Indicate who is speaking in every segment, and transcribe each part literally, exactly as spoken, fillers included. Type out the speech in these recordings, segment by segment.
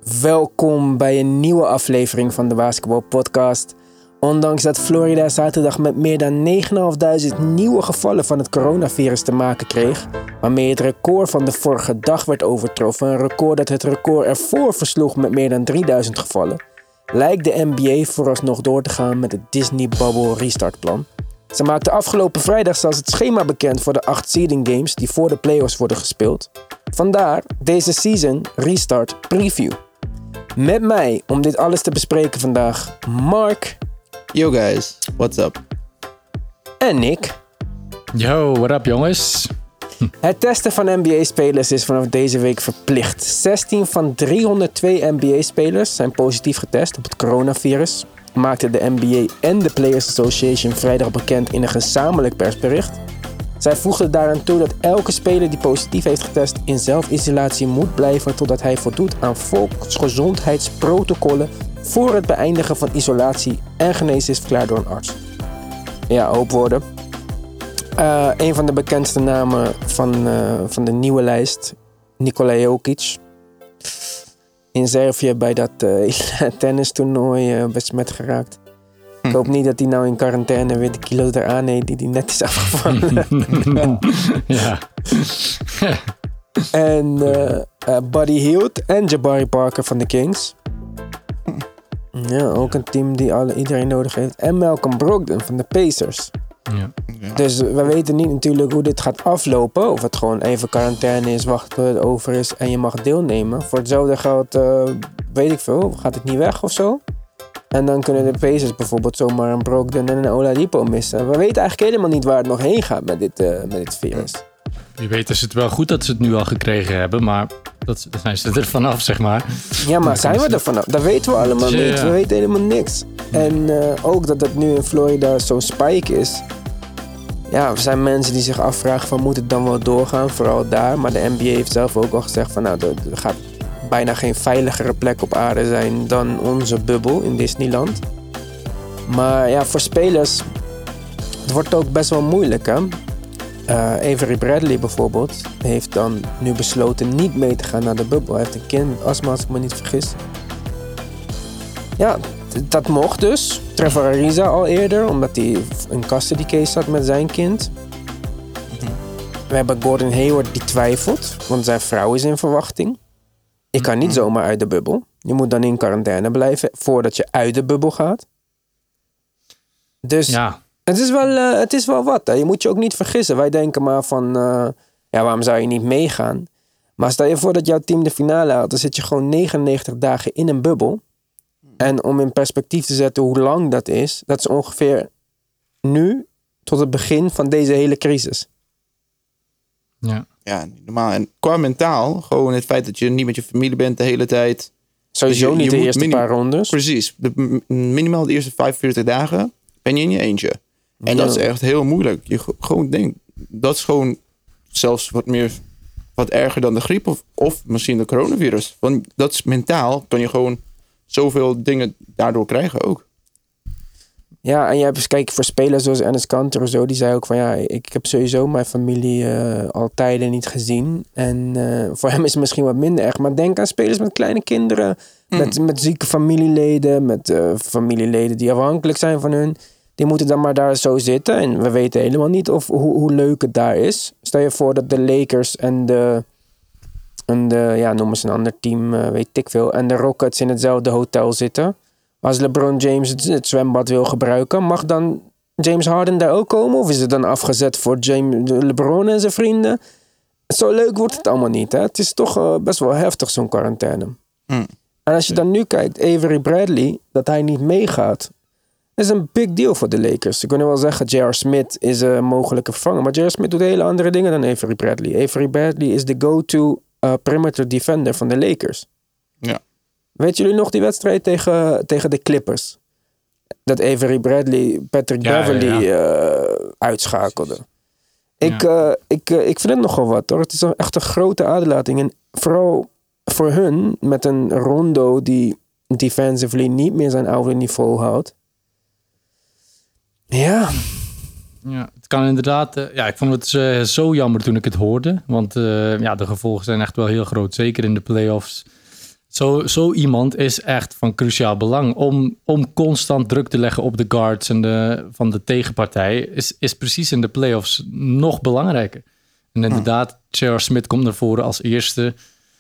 Speaker 1: Welkom bij een nieuwe aflevering van de Basketball Podcast. Ondanks dat Florida zaterdag met meer dan negenduizend vijfhonderd nieuwe gevallen van het coronavirus te maken kreeg, waarmee het record van de vorige dag werd overtroffen, een record dat het record ervoor versloeg met meer dan drieduizend gevallen, lijkt de N B A vooralsnog door te gaan met het Disney Bubble restartplan. Ze maakten afgelopen vrijdag zelfs het schema bekend voor de acht seeding games die voor de playoffs worden gespeeld. Vandaar deze season restart preview. Met mij om dit alles te bespreken vandaag Mark.
Speaker 2: Yo guys, what's up?
Speaker 1: En Nick.
Speaker 3: Yo, what up jongens?
Speaker 1: Het testen van N B A-spelers is vanaf deze week verplicht. zestien van driehonderdtwee N B A-spelers zijn positief getest op het coronavirus, maakte de N B A en de Players Association vrijdag bekend in een gezamenlijk persbericht. Zij voegden daaraan toe dat elke speler die positief heeft getest in zelfisolatie moet blijven totdat hij voldoet aan volksgezondheidsprotocollen voor het beëindigen van isolatie en genezen is verklaard door een arts. Ja, hoop woorden. Uh, een van de bekendste namen van, uh, van de nieuwe lijst, Nikola Jokic. In Servië bij dat uh, tennistoernooi uh, besmet geraakt. Hm. Ik hoop niet dat hij nou in quarantaine weer de kilo's eraan eet die hij net is afgevallen.
Speaker 3: Ja.
Speaker 1: En uh, uh, Buddy Hield en Jabari Parker van de Kings. Ja, ook een team die alle, iedereen nodig heeft. En Malcolm Brogdon van de Pacers.
Speaker 3: Ja.
Speaker 1: Ja. Dus we weten niet natuurlijk hoe dit gaat aflopen. Of het gewoon even quarantaine is, wachten tot het over is en je mag deelnemen. Voor hetzelfde geld, uh, weet ik veel, gaat het niet weg of zo. En dan kunnen de Pacers bijvoorbeeld zomaar een Brogdon en een Oladipo missen. We weten eigenlijk helemaal niet waar het nog heen gaat met dit, uh, met dit virus.
Speaker 3: Wie weet is het wel goed dat ze het nu al gekregen hebben, maar dat zijn ze er vanaf, zeg maar.
Speaker 1: Ja, maar zijn we er vanaf? Dat weten we allemaal
Speaker 3: ja,
Speaker 1: niet.
Speaker 3: ja.
Speaker 1: We weten helemaal niks. En uh, ook dat het nu in Florida zo'n spike is. Ja, er zijn mensen die zich afvragen van moet het dan wel doorgaan, vooral daar. Maar de N B A heeft zelf ook al gezegd van nou, er, er gaat bijna geen veiligere plek op aarde zijn dan onze bubbel in Disneyland. Maar ja, voor spelers, het wordt ook best wel moeilijk, hè. Uh, Avery Bradley bijvoorbeeld heeft dan nu besloten niet mee te gaan naar de bubbel. Hij heeft een kind met astma, als ik me niet vergis. Ja, d- dat mocht dus. Trevor Ariza al eerder, omdat hij in custody case zat met zijn kind. Mm-hmm. We hebben Gordon Hayward die twijfelt, want zijn vrouw is in verwachting. Je kan niet zomaar uit de bubbel. Je moet dan in quarantaine blijven voordat je uit de bubbel gaat. Dus
Speaker 3: ja.
Speaker 1: het, is wel, uh, het is wel wat. Hè. Je moet je ook niet vergissen. Wij denken maar van, uh, ja, waarom zou je niet meegaan? Maar stel je voor dat jouw team de finale haalt, dan zit je gewoon negenennegentig dagen in een bubbel. En om in perspectief te zetten hoe lang dat is, dat is ongeveer nu tot het begin van deze hele crisis.
Speaker 3: Ja.
Speaker 2: Ja, niet normaal. En qua mentaal, gewoon het feit dat je niet met je familie bent de hele tijd.
Speaker 1: Sowieso
Speaker 2: dus je,
Speaker 1: niet
Speaker 2: je
Speaker 1: de eerste
Speaker 2: minim-
Speaker 1: paar rondes.
Speaker 2: Precies. De, minimaal de eerste vijfenveertig dagen ben je in je eentje. En
Speaker 1: Ja.
Speaker 2: dat is echt heel moeilijk. Je gewoon denkt, dat is gewoon zelfs wat meer, wat erger dan de griep of, of misschien de coronavirus. Want dat is mentaal, kan je gewoon zoveel dingen daardoor krijgen ook.
Speaker 1: Ja, en je hebt eens kijken voor spelers zoals Enes Kanter of zo. Die zei ook van ja, ik heb sowieso mijn familie uh, al tijden niet gezien. En uh, voor hem is het misschien wat minder erg. Maar denk aan spelers met kleine kinderen. Mm. Met, met zieke familieleden. Met uh, familieleden die afhankelijk zijn van hun. Die moeten dan maar daar zo zitten. En we weten helemaal niet of, hoe, hoe leuk het daar is. Stel je voor dat de Lakers en de... En de, ja, noem eens een ander team, uh, weet ik veel. En de Rockets in hetzelfde hotel zitten. Als LeBron James het, het zwembad wil gebruiken, mag dan James Harden daar ook komen? Of is het dan afgezet voor James, LeBron en zijn vrienden? Zo leuk wordt het allemaal niet, hè? Het is toch uh, best wel heftig, zo'n quarantaine.
Speaker 2: Mm.
Speaker 1: En als je dan nu kijkt, Avery Bradley, dat hij niet meegaat, is een big deal voor de Lakers. Ik wil nu wel zeggen, J R. Smith is een mogelijke vervanger. Maar J R. Smith doet hele andere dingen dan Avery Bradley. Avery Bradley is de go-to uh, perimeter defender van de Lakers.
Speaker 2: Ja.
Speaker 1: Weet jullie nog die wedstrijd tegen, tegen de Clippers? Dat Avery Bradley Patrick
Speaker 3: Ja,
Speaker 1: Beverley
Speaker 3: ja, ja.
Speaker 1: Uh, uitschakelde. Ik,
Speaker 3: Ja.
Speaker 1: uh, ik, uh, ik vind het nogal wat hoor. Het is echt een grote aderlating. En vooral voor hun met een Rondo die defensively niet meer zijn oude niveau houdt. Ja.
Speaker 3: Ja, het kan inderdaad... Uh, ja, ik vond het uh, zo jammer toen ik het hoorde. Want uh, ja, de gevolgen zijn echt wel heel groot. Zeker in de playoffs. Zo, zo iemand is echt van cruciaal belang. Om, om constant druk te leggen op de guards en de, van de tegenpartij... Is, is precies in de playoffs nog belangrijker. En inderdaad, J R. Smith komt naar voren als eerste.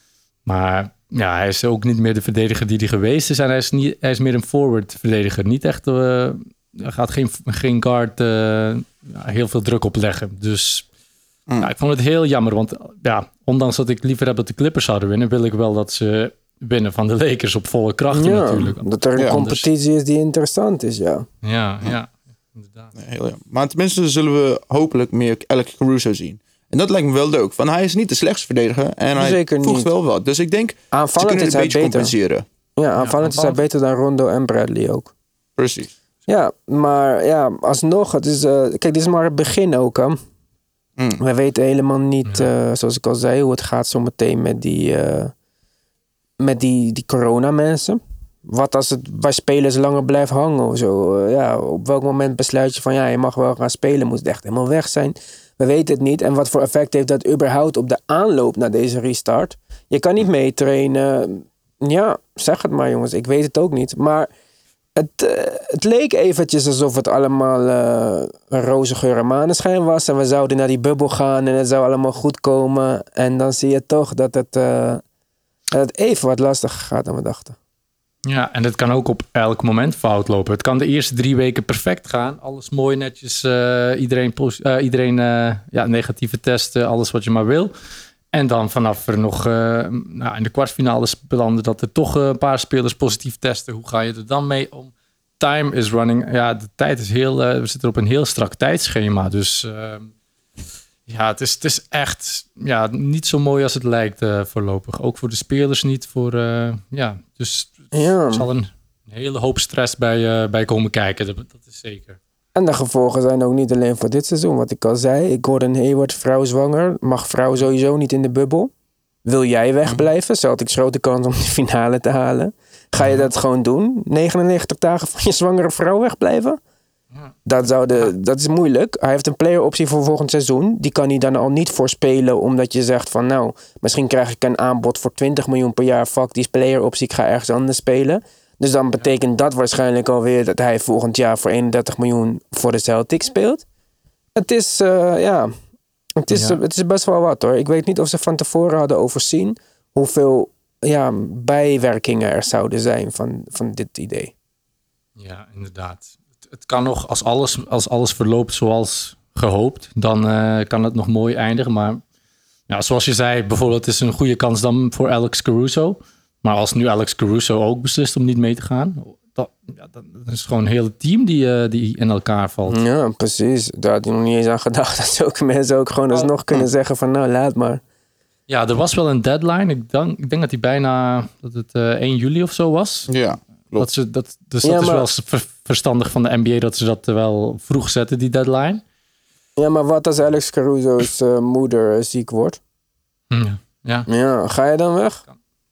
Speaker 3: Maar ja, hij is ook niet meer de verdediger die hij geweest is. En hij is, niet, hij is meer een forward verdediger. Niet echt... Uh, hij gaat geen, geen guard uh, heel veel druk opleggen. Dus... Mm. Ja, ik vond het heel jammer, want ja, ondanks dat ik liever heb dat de Clippers zouden winnen, wil ik wel dat ze winnen van de Lakers op volle krachten
Speaker 1: ja,
Speaker 3: natuurlijk.
Speaker 1: Dat er een ja, competitie is die interessant is, ja.
Speaker 3: Ja, ja, inderdaad.
Speaker 2: Nee, heel jammer. Maar tenminste zullen we hopelijk meer Alex Caruso zien. En dat lijkt me wel leuk, want hij is niet de slechtste verdediger en hij
Speaker 1: Zeker
Speaker 2: voegt
Speaker 1: niet.
Speaker 2: wel wat. Dus ik denk,
Speaker 1: aanvallend
Speaker 2: ze kunnen
Speaker 1: is
Speaker 2: een
Speaker 1: hij
Speaker 2: beetje
Speaker 1: beter.
Speaker 2: compenseren.
Speaker 1: Ja, aanvallend ja, is hij beter dan Rondo en Bradley ook.
Speaker 2: Precies.
Speaker 1: Ja, maar ja, alsnog, het is, uh, kijk, dit is maar het begin ook, hè. Mm. We weten helemaal niet, ja. uh, zoals ik al zei, hoe het gaat zo meteen met die, uh, met die, die corona-mensen. Wat als het bij spelers langer blijft hangen of zo? Uh, ja, op welk moment besluit je van ja, je mag wel gaan spelen, moet het echt helemaal weg zijn? We weten het niet. En wat voor effect heeft dat überhaupt op de aanloop naar deze restart? Je kan niet meetrainen. Ja, zeg het maar jongens, ik weet het ook niet. Maar Het, uh, het leek eventjes alsof het allemaal uh, een roze geur en maneschijn was. En we zouden naar die bubbel gaan en het zou allemaal goed komen. En dan zie je toch dat het, uh, dat het even wat lastiger gaat dan we dachten.
Speaker 3: Ja, en het kan ook op elk moment fout lopen. Het kan de eerste drie weken perfect gaan. Alles mooi, netjes. Uh, iedereen uh, iedereen uh, ja, negatieve testen, alles wat je maar wil. En dan vanaf er nog uh, nou, in de kwartfinales belanden dat er toch uh, een paar spelers positief testen. Hoe ga je er dan mee om? Time is running. Ja, de tijd is heel... Uh, we zitten op een heel strak tijdschema. Dus uh, ja, het is, het is echt ja, niet zo mooi als het lijkt uh, voorlopig. Ook voor de spelers niet. Voor, uh, ja, dus
Speaker 1: ja.
Speaker 3: Er zal een hele hoop stress bij, uh, bij komen kijken. Dat, dat is zeker.
Speaker 1: En de gevolgen zijn ook niet alleen voor dit seizoen. Wat ik al zei, Gordon Hayward, vrouw zwanger. Mag vrouw sowieso niet in de bubbel. Wil jij wegblijven? Celtics grote kans om de finale te halen. Ga je dat gewoon doen? negenennegentig dagen van je zwangere vrouw wegblijven? Dat, zou de, dat is moeilijk. Hij heeft een player optie voor volgend seizoen. Die kan hij dan al niet voorspelen. Omdat je zegt van nou, misschien krijg ik een aanbod voor twintig miljoen per jaar. Fuck die player optie, ik ga ergens anders spelen. Dus dan betekent dat waarschijnlijk alweer dat hij volgend jaar voor eenendertig miljoen voor de Celtics speelt. Het is, uh, ja, het is, ja. het is best wel wat hoor. Ik weet niet of ze van tevoren hadden overzien hoeveel ja, bijwerkingen er zouden zijn van, van dit idee.
Speaker 3: Ja, inderdaad. Het, het kan nog, als alles, als alles verloopt zoals gehoopt, dan uh, kan het nog mooi eindigen. Maar ja, zoals je zei, bijvoorbeeld het is een goede kans dan voor Alex Caruso. Maar als nu Alex Caruso ook beslist om niet mee te gaan, dat, ja, dat is gewoon een hele team die, uh, die in elkaar valt.
Speaker 1: Ja, precies. Daar had je nog niet eens aan gedacht. Dat zulke mensen ook gewoon alsnog oh. kunnen zeggen van nou, laat maar.
Speaker 3: Ja, er was wel een deadline. Ik denk, ik denk dat die bijna dat het uh, één juli of zo was.
Speaker 2: Ja, klopt.
Speaker 3: Dat ze, dat, dus dat ja, maar... is wel ver, verstandig van de N B A dat ze dat wel vroeg zetten, die deadline.
Speaker 1: Ja, maar wat als Alex Caruso's uh, moeder uh, ziek wordt?
Speaker 3: Ja. Ja.
Speaker 1: ja, ga je dan weg?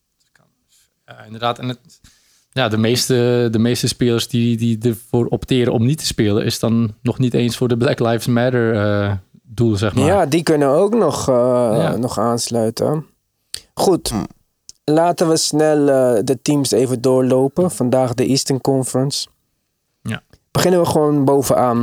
Speaker 3: Ja, inderdaad. En het, ja, de, meeste, de meeste spelers die, die ervoor opteren om niet te spelen, is dan nog niet eens voor de Black Lives Matter uh, doel, zeg maar.
Speaker 1: Ja, die kunnen ook nog, uh, ja. nog aansluiten. Goed, hm. laten we snel uh, de teams even doorlopen. Vandaag de Eastern Conference.
Speaker 3: Ja.
Speaker 1: Beginnen we gewoon bovenaan.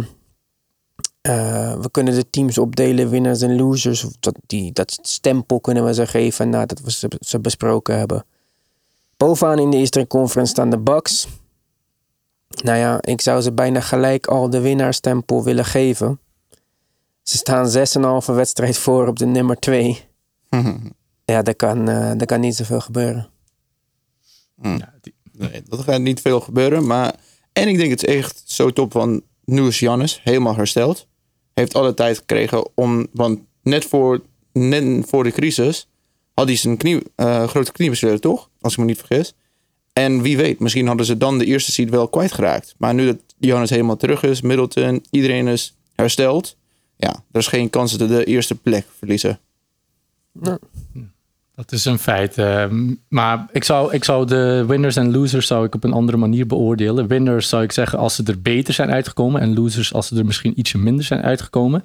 Speaker 1: Uh, we kunnen de teams opdelen, winners en losers. Dat, die, dat stempel kunnen we ze geven nadat we ze, ze besproken hebben. Bovenaan in de Eastern Conference staan de Bucks. Nou ja, ik zou ze bijna gelijk al de winnaarsstempel willen geven. Ze staan zes en een halve wedstrijd voor op de nummer twee. Ja, daar kan, uh, daar kan niet zoveel gebeuren.
Speaker 2: Hm. Nee, dat gaat niet veel gebeuren. Maar... En ik denk het is echt zo top van nu is Giannis helemaal hersteld. Heeft alle tijd gekregen om... Want net voor, net voor de crisis had hij zijn knie, uh, grote knieblessure, toch? Als ik me niet vergis. En wie weet, misschien hadden ze dan de eerste seed wel kwijtgeraakt. Maar nu dat Giannis helemaal terug is, Middleton, iedereen is hersteld. Ja, er is geen kans dat ze de eerste plek verliezen.
Speaker 1: Nee.
Speaker 3: Dat is een feit. Uh, maar ik zou, ik zou de winners en losers zou ik op een andere manier beoordelen. Winners zou ik zeggen als ze er beter zijn uitgekomen. En losers als ze er misschien ietsje minder zijn uitgekomen.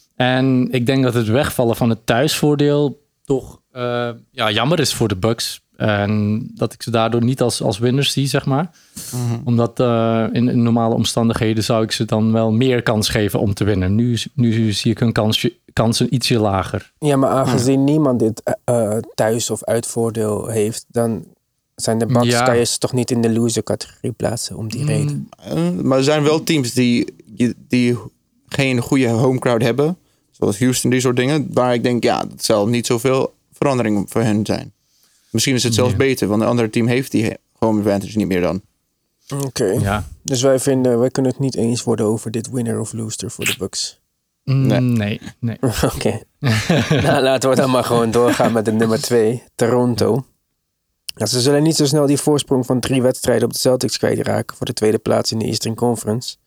Speaker 3: En ik denk dat het wegvallen van het thuisvoordeel toch uh, ja, jammer is voor de Bucks. En dat ik ze daardoor niet als, als winners zie, zeg maar.
Speaker 2: Mm-hmm.
Speaker 3: Omdat uh, in, in normale omstandigheden zou ik ze dan wel meer kans geven om te winnen. Nu, nu zie ik hun kansje, kansen ietsje lager.
Speaker 1: Ja, maar aangezien mm. niemand dit uh, thuis- of uitvoordeel heeft, dan zijn de Bucks, ja. kan je ze toch niet in de loser-categorie plaatsen om die mm. reden.
Speaker 2: Uh, maar er zijn wel teams die, die geen goede home crowd hebben. Zoals Houston, die soort dingen. Waar ik denk, ja, dat zal niet zoveel verandering voor hen zijn. Misschien is het zelfs ja. beter, want een andere team heeft die home advantage niet meer dan.
Speaker 1: Oké, okay. ja. Dus wij vinden, wij kunnen het niet eens worden over dit winner of loser voor de Bucks.
Speaker 3: Nee, nee. nee.
Speaker 1: Oké. Okay. Nou, laten we dan maar gewoon doorgaan met de nummer twee, Toronto. Nou, ze zullen niet zo snel die voorsprong van drie wedstrijden op de Celtics kwijtraken voor de tweede plaats in de Eastern Conference.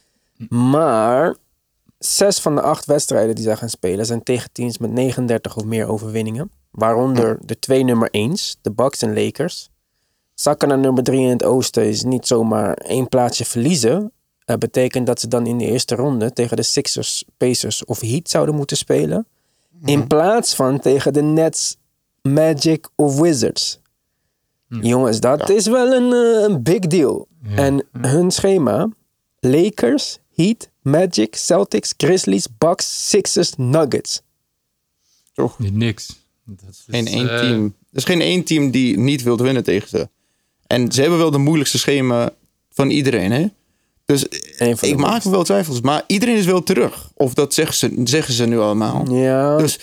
Speaker 1: Maar zes van de acht wedstrijden die zij gaan spelen zijn tegen teams met negenendertig of meer overwinningen. Waaronder de twee nummer ééns, de Bucks en Lakers. Zakken naar nummer drie in het oosten is niet zomaar één plaatsje verliezen. Dat betekent dat ze dan in de eerste ronde tegen de Sixers, Pacers of Heat zouden moeten spelen. Mm. In plaats van tegen de Nets, Magic of Wizards. Mm. Jongens, dat ja. is wel een, uh, een big deal. Ja. En ja. hun schema, Lakers, Heat, Magic, Celtics, Grizzlies, Bucks, Sixers, Nuggets.
Speaker 2: Toch?
Speaker 3: Niks.
Speaker 2: Dat is, geen één uh... team. Er is geen één team die niet wil winnen tegen ze. En ze hebben wel de moeilijkste schema van iedereen, hè? Dus ik maak me wel twijfels. Maar iedereen is wel terug. Of dat zeggen ze, zeggen ze nu allemaal.
Speaker 1: Ja.
Speaker 2: Dus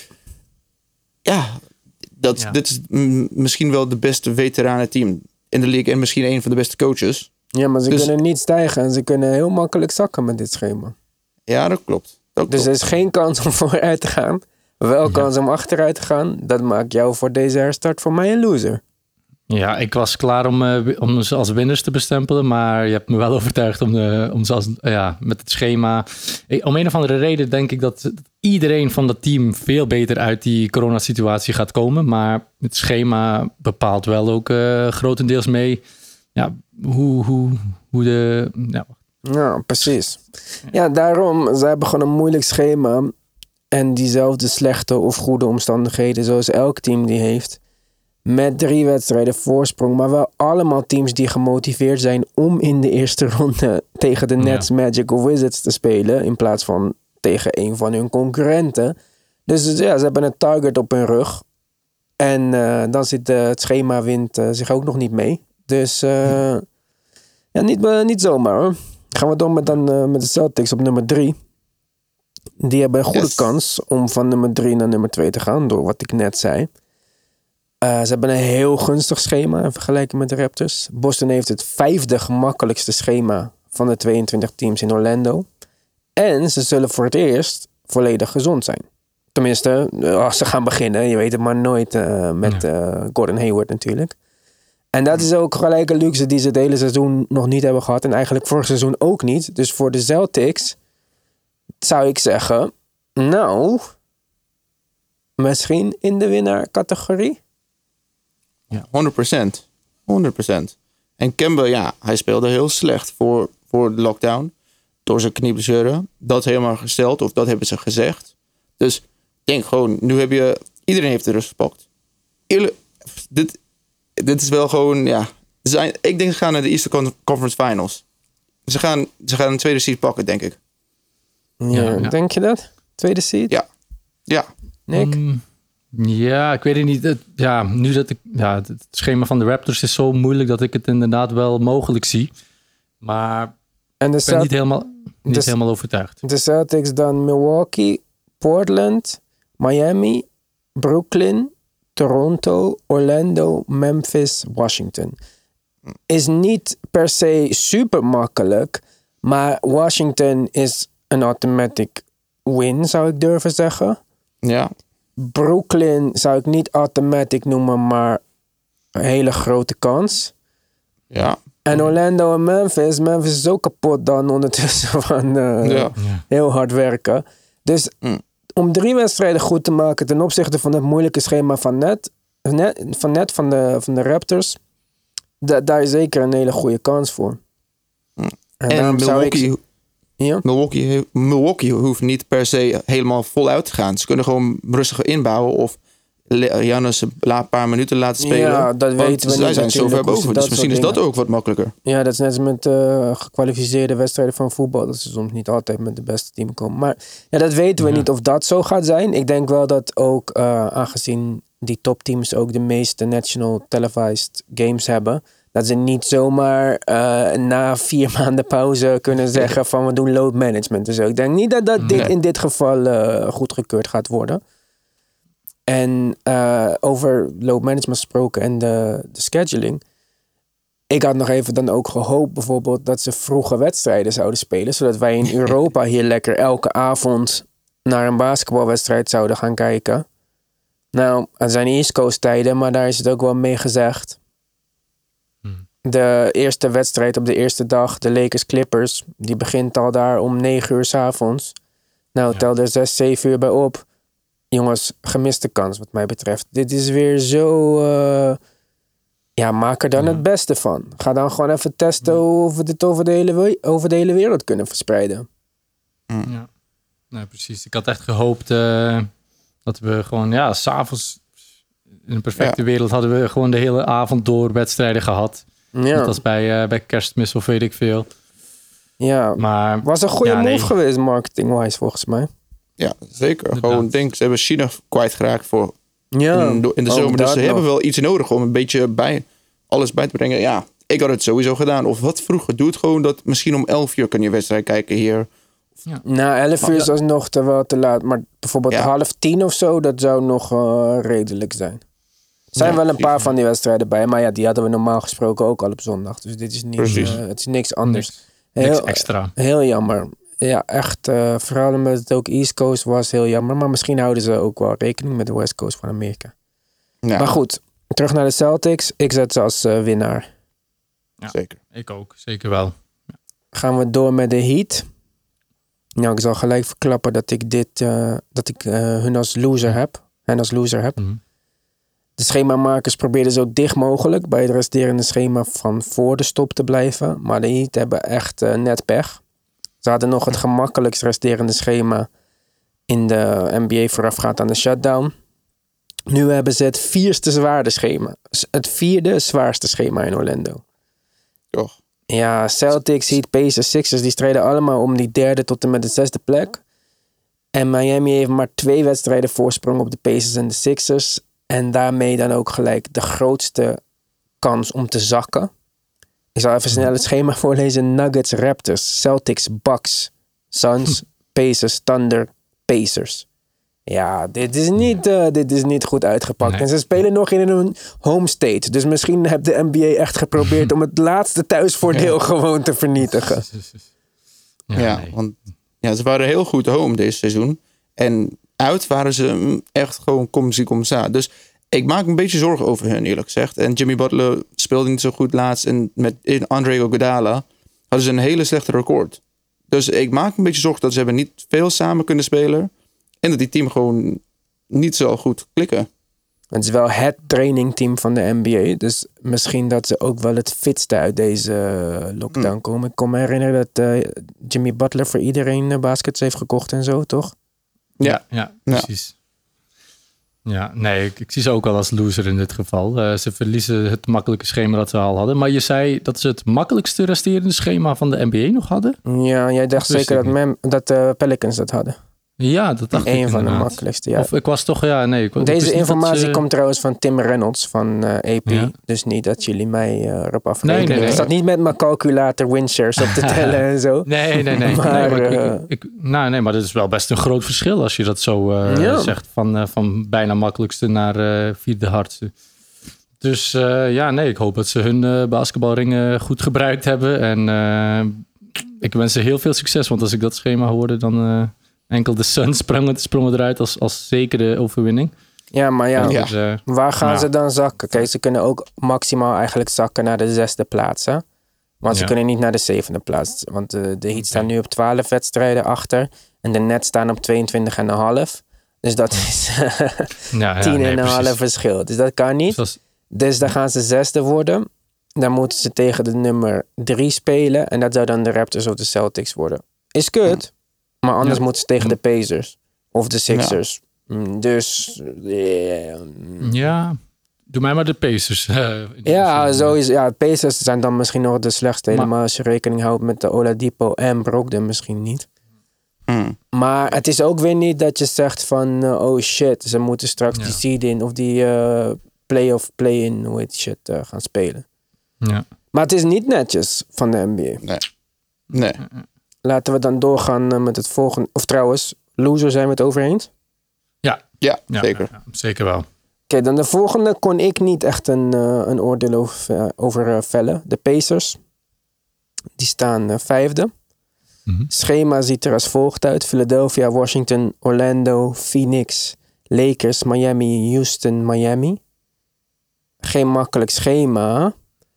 Speaker 2: ja, dat, ja. dit is m- misschien wel de beste veteranenteam in de league. En misschien een van de beste coaches.
Speaker 1: Ja, maar ze dus, kunnen niet stijgen. En ze kunnen heel makkelijk zakken met dit schema.
Speaker 2: Ja, dat klopt. Dat
Speaker 1: dus
Speaker 2: klopt.
Speaker 1: er is geen kans om vooruit te gaan. Wel kans ja. om achteruit te gaan. Dat maakt jou voor deze herstart voor mij een loser.
Speaker 3: Ja, ik was klaar om, uh, om ze als winners te bestempelen. Maar je hebt me wel overtuigd om, de, om ze als, uh, ja, met het schema. Ik, om een of andere reden denk ik dat iedereen van dat team veel beter uit die coronasituatie gaat komen. Maar het schema bepaalt wel ook uh, grotendeels mee ja, hoe, hoe, hoe de... Ja.
Speaker 1: ja, precies. Ja, daarom. Ze hebben gewoon een moeilijk schema. En diezelfde slechte of goede omstandigheden zoals elk team die heeft. Met drie wedstrijden voorsprong. Maar wel allemaal teams die gemotiveerd zijn om in de eerste ronde tegen de Nets, ja. Magic of Wizards te spelen. In plaats van tegen een van hun concurrenten. Dus ja, ze hebben een target op hun rug. En uh, dan zit uh, het schema wint uh, zich ook nog niet mee. Dus uh, ja, niet, uh, niet zomaar hoor. Gaan we door met, dan, uh, met de Celtics op nummer drie. Die hebben een goede yes. kans om van nummer drie naar nummer twee te gaan. Door wat ik net zei. Uh, ze hebben een heel gunstig schema in vergelijking met de Raptors. Boston heeft het vijfde gemakkelijkste schema van de tweeëntwintig teams in Orlando. En ze zullen voor het eerst volledig gezond zijn. Tenminste, als ze gaan beginnen. Je weet het maar nooit uh, met uh, Gordon Hayward natuurlijk. En dat is ook gelijk een luxe die ze het hele seizoen nog niet hebben gehad. En eigenlijk vorig seizoen ook niet. Dus voor de Celtics zou ik zeggen, nou, misschien in de winnaarcategorie.
Speaker 2: Ja, honderd procent. honderd procent. En Kemba, ja, hij speelde heel slecht voor, voor de lockdown. Door zijn knieblessure. Dat helemaal gesteld, of dat hebben ze gezegd. Dus ik denk gewoon, nu heb je... Iedereen heeft de rust gepakt. Eerlijk, dit, dit is wel gewoon, ja... Zijn, ik denk ze gaan naar de Eastern Conference Finals. Ze gaan, ze gaan een tweede seed pakken, denk ik.
Speaker 1: Ja, ja. Denk je dat? Tweede seed?
Speaker 2: Ja. Ja.
Speaker 1: Nick?
Speaker 3: Um, ja, ik weet het niet. Het, ja, nu dat ik... Ja, het schema van de Raptors is zo moeilijk dat ik het inderdaad wel mogelijk zie. Maar en de ik ben niet, helemaal, niet de, helemaal overtuigd.
Speaker 1: De Celtics dan Milwaukee, Portland, Miami, Brooklyn, Toronto, Orlando, Memphis, Washington. Is niet per se super makkelijk, maar Washington is een automatic win, zou ik durven zeggen.
Speaker 2: Ja.
Speaker 1: Brooklyn zou ik niet automatic noemen, maar een hele grote kans.
Speaker 2: Ja.
Speaker 1: En Orlando en Memphis. Memphis is ook kapot dan ondertussen van uh, ja. heel hard werken. Dus mm. om drie wedstrijden goed te maken ten opzichte van het moeilijke schema van net, net, van, net van, de, van de Raptors, da, daar is zeker een hele goede kans voor.
Speaker 2: Mm. En, en Milwaukee, ik, ja? Milwaukee, Milwaukee hoeft niet per se helemaal voluit te gaan. Ze kunnen gewoon rustig inbouwen of Giannis een la- paar minuten laten spelen.
Speaker 1: Ja, dat
Speaker 2: Want
Speaker 1: weten we
Speaker 2: zij
Speaker 1: niet
Speaker 2: zijn zo ver
Speaker 1: natuurlijk, hoe ze
Speaker 2: boven.
Speaker 1: dat
Speaker 2: Dus misschien is
Speaker 1: soort
Speaker 2: dat
Speaker 1: dingen-
Speaker 2: ook wat makkelijker.
Speaker 1: Ja, dat is net als met uh, gekwalificeerde wedstrijden van voetbal. Dat ze soms niet altijd met de beste team komen. Maar ja, dat weten we
Speaker 3: Ja.
Speaker 1: niet of dat zo gaat zijn. Ik denk wel dat ook, uh, aangezien die topteams ook de meeste national televised games hebben, dat ze niet zomaar uh, na vier maanden pauze kunnen zeggen van we doen load management. Dus ik denk niet dat, dat dit
Speaker 2: Nee.
Speaker 1: in dit geval uh, goedgekeurd gaat worden. En uh, over load management gesproken en de, de scheduling. Ik had nog even dan ook gehoopt bijvoorbeeld dat ze vroege wedstrijden zouden spelen. Zodat wij in Europa hier lekker elke avond naar een basketbalwedstrijd zouden gaan kijken. Nou, het zijn East Coast tijden, maar daar is het ook wel mee gezegd.
Speaker 3: Hmm.
Speaker 1: De eerste wedstrijd op de eerste dag, de Lakers Clippers, die begint al daar om negen uur 's avonds. Nou,
Speaker 3: Ja.
Speaker 1: tel er zes, zeven uur bij op. Jongens, gemiste kans wat mij betreft. Dit is weer zo... Uh, ja, maak er dan
Speaker 3: Ja.
Speaker 1: het beste van. Ga dan gewoon even testen of we dit over de hele, we- over de hele wereld kunnen verspreiden.
Speaker 3: Ja, nee, precies. Ik had echt gehoopt uh, dat we gewoon, ja, s'avonds in een perfecte
Speaker 2: Ja.
Speaker 3: wereld hadden we gewoon de hele avond door wedstrijden gehad.
Speaker 1: Ja,
Speaker 3: Net als bij, uh, bij kerstmis of weet ik veel.
Speaker 1: ja.
Speaker 3: Maar
Speaker 1: Was een goede
Speaker 3: ja,
Speaker 1: move
Speaker 3: nee.
Speaker 1: geweest, marketing-wise, volgens mij.
Speaker 2: Ja, zeker.
Speaker 3: Inderdaad.
Speaker 2: Gewoon, denk, ze hebben China kwijtgeraakt voor
Speaker 1: Ja,
Speaker 2: in de, in de
Speaker 1: ook
Speaker 2: zomer. Dus
Speaker 1: dat
Speaker 2: ze
Speaker 1: nog.
Speaker 2: hebben wel iets nodig om een beetje bij alles bij te brengen. Ja, ik had het sowieso gedaan. Of wat vroeger. Doe het gewoon dat misschien om elf uur kan je wedstrijd kijken hier.
Speaker 1: Na elf uur is alsnog te wel te laat. Maar bijvoorbeeld
Speaker 2: Ja.
Speaker 1: half tien of zo, dat zou nog uh, redelijk zijn. Er zijn
Speaker 2: Ja,
Speaker 1: wel een
Speaker 2: precies.
Speaker 1: paar van die wedstrijden bij. Maar ja, die hadden we normaal gesproken ook al op zondag. Dus dit is niet,
Speaker 2: Precies.
Speaker 1: uh, het is niks anders.
Speaker 3: niks, niks
Speaker 1: Heel,
Speaker 3: extra.
Speaker 1: heel jammer. Ja, echt. Uh, vooral omdat het ook East Coast was, heel jammer. Maar misschien houden ze ook wel rekening met de West Coast van Amerika.
Speaker 2: Ja,
Speaker 1: Maar goed, terug naar de Celtics. Ik zet ze als uh, winnaar.
Speaker 3: Ja.
Speaker 2: zeker.
Speaker 3: Ik ook, zeker wel.
Speaker 1: Gaan we door met de Heat. Nou, ik zal gelijk verklappen dat ik dit, uh, dat ik uh, hun als loser heb. Hen als loser heb.
Speaker 3: Mhm.
Speaker 1: De schemamakers probeerden zo dicht mogelijk bij het resterende schema van voor de stop te blijven. Maar de Heat hebben echt uh, net pech. Ze hadden nog het gemakkelijkst resterende schema in de N B A voorafgaand aan de shutdown. Nu hebben ze het vierste zwaarste schema. Het vierde zwaarste schema in Orlando.
Speaker 2: Toch.
Speaker 1: Ja, Celtics, Heat, Pacers, Sixers, die strijden allemaal om die derde tot en met de zesde plek. En Miami heeft maar twee wedstrijden voorsprong op de Pacers en de Sixers. En daarmee dan ook gelijk de grootste kans om te zakken. Ik zal even snel het schema voorlezen. Nuggets, Raptors, Celtics, Bucks, Suns, Pacers, Thunder, Pacers. Ja, dit is niet, uh, dit is niet goed uitgepakt.
Speaker 3: Nee.
Speaker 1: En ze spelen nog in een home state. Dus misschien heeft de N B A echt geprobeerd om het laatste thuisvoordeel
Speaker 2: Ja.
Speaker 1: gewoon te vernietigen.
Speaker 3: Ja,
Speaker 2: Ja,
Speaker 3: nee.
Speaker 2: want ja, ze waren heel goed home deze seizoen. En uit waren ze mm, echt gewoon kom zie kom sa. Dus ik maak me een beetje zorgen over hen, eerlijk gezegd. En Jimmy Butler speelde niet zo goed laatst. En met Andre Iguodala hadden ze een hele slechte record. Dus ik maak me een beetje zorgen dat ze hebben niet veel samen kunnen spelen. En dat die team gewoon niet zo goed klikken.
Speaker 1: Het is wel het trainingteam van de N B A. Dus misschien dat ze ook wel het fitste uit deze lockdown komen. Ik kon me herinneren dat uh, Jimmy Butler voor iedereen uh, baskets heeft gekocht en zo, toch?
Speaker 3: Ja, ja, precies. Ja, nee, ik, ik zie ze ook wel als loser in dit geval. Uh, ze verliezen het makkelijke schema dat ze al hadden. Maar je zei dat ze het makkelijkste resterende schema van de N B A nog hadden?
Speaker 1: Ja, jij dacht
Speaker 3: Dat wist
Speaker 1: zeker
Speaker 3: ik
Speaker 1: dat, Mem, dat uh, Pelicans dat hadden.
Speaker 3: Ja, dat dacht ik
Speaker 1: Eén van de
Speaker 3: inderdaad.
Speaker 1: makkelijkste, ja.
Speaker 3: Of ik was toch, ja, nee. Ik, ik wist
Speaker 1: Deze
Speaker 3: niet
Speaker 1: informatie
Speaker 3: dat ze-
Speaker 1: komt trouwens van Tim Reynolds van uh, A P.
Speaker 3: Ja.
Speaker 1: Dus niet dat jullie mij uh, erop afrekenen.
Speaker 3: Nee, nee, nee.
Speaker 1: Ik zat niet met mijn calculator winshares op te tellen en zo.
Speaker 3: Nee, nee, nee.
Speaker 1: Maar,
Speaker 3: nee, maar ik,
Speaker 1: uh,
Speaker 3: ik, ik- nou, nee, maar dat is wel best een groot verschil als je dat zo uh,
Speaker 1: Ja.
Speaker 3: zegt. Van, uh, van bijna makkelijkste naar uh, vierde hardste. Dus uh, ja, nee, ik hoop dat ze hun uh, basketbalringen goed gebruikt hebben. En uh, ik wens ze heel veel succes. Want als ik dat schema hoorde, dan uh, enkel de Suns sprongen, sprongen eruit als, als zekere overwinning.
Speaker 1: Ja, maar ja,
Speaker 2: Ja.
Speaker 3: Dus, uh,
Speaker 1: waar gaan
Speaker 3: Ja.
Speaker 1: ze dan zakken? Kijk, ze kunnen ook maximaal eigenlijk zakken naar de zesde plaats. Hè? Want ze
Speaker 3: Ja.
Speaker 1: kunnen niet naar de zevende plaats. Want de, de Heat staan nu op twaalf wedstrijden achter. En de Nets staan op tweeëntwintig komma vijf. Dus dat is
Speaker 3: ja, ja,
Speaker 1: tien
Speaker 3: nee,
Speaker 1: komma vijf
Speaker 3: precies.
Speaker 1: verschil. Dus dat kan niet.
Speaker 3: Dus dat is-
Speaker 1: Dus dan gaan ze zesde worden. Dan moeten ze tegen de nummer drie spelen. En dat zou dan de Raptors of de Celtics worden. Is kut. Maar anders
Speaker 3: Ja.
Speaker 1: moeten ze tegen de Pacers. Of de Sixers. Dus, yeah.
Speaker 3: Ja, doe mij maar de Pacers. Uh,
Speaker 1: ja, sowieso. Ja, Pacers zijn dan misschien nog de slechtste. Maar, helemaal als je rekening houdt met de Oladipo en Brogdon misschien niet.
Speaker 2: Mm.
Speaker 1: Maar het is ook weer niet dat je zegt van... Uh, oh shit, ze moeten straks ja. die seed in... of die uh, play-off, play-in, hoe heet die shit, uh, gaan spelen.
Speaker 3: Ja.
Speaker 1: Maar het is niet netjes van de N B A.
Speaker 2: Nee. Nee.
Speaker 1: Laten we dan doorgaan uh, met het volgende... Of trouwens, loser zijn we het over eens?
Speaker 3: Ja.
Speaker 2: Ja,
Speaker 3: ja
Speaker 2: zeker.
Speaker 3: Ja, ja, zeker wel.
Speaker 1: Oké, okay, dan de volgende kon ik niet echt een, uh, een oordeel over, uh, over uh, vellen. De Pacers. Die staan uh, vijfde. Mm-hmm. Schema ziet er als volgt uit. Philadelphia, Washington, Orlando, Phoenix, Lakers, Miami, Houston, Miami. Geen makkelijk schema.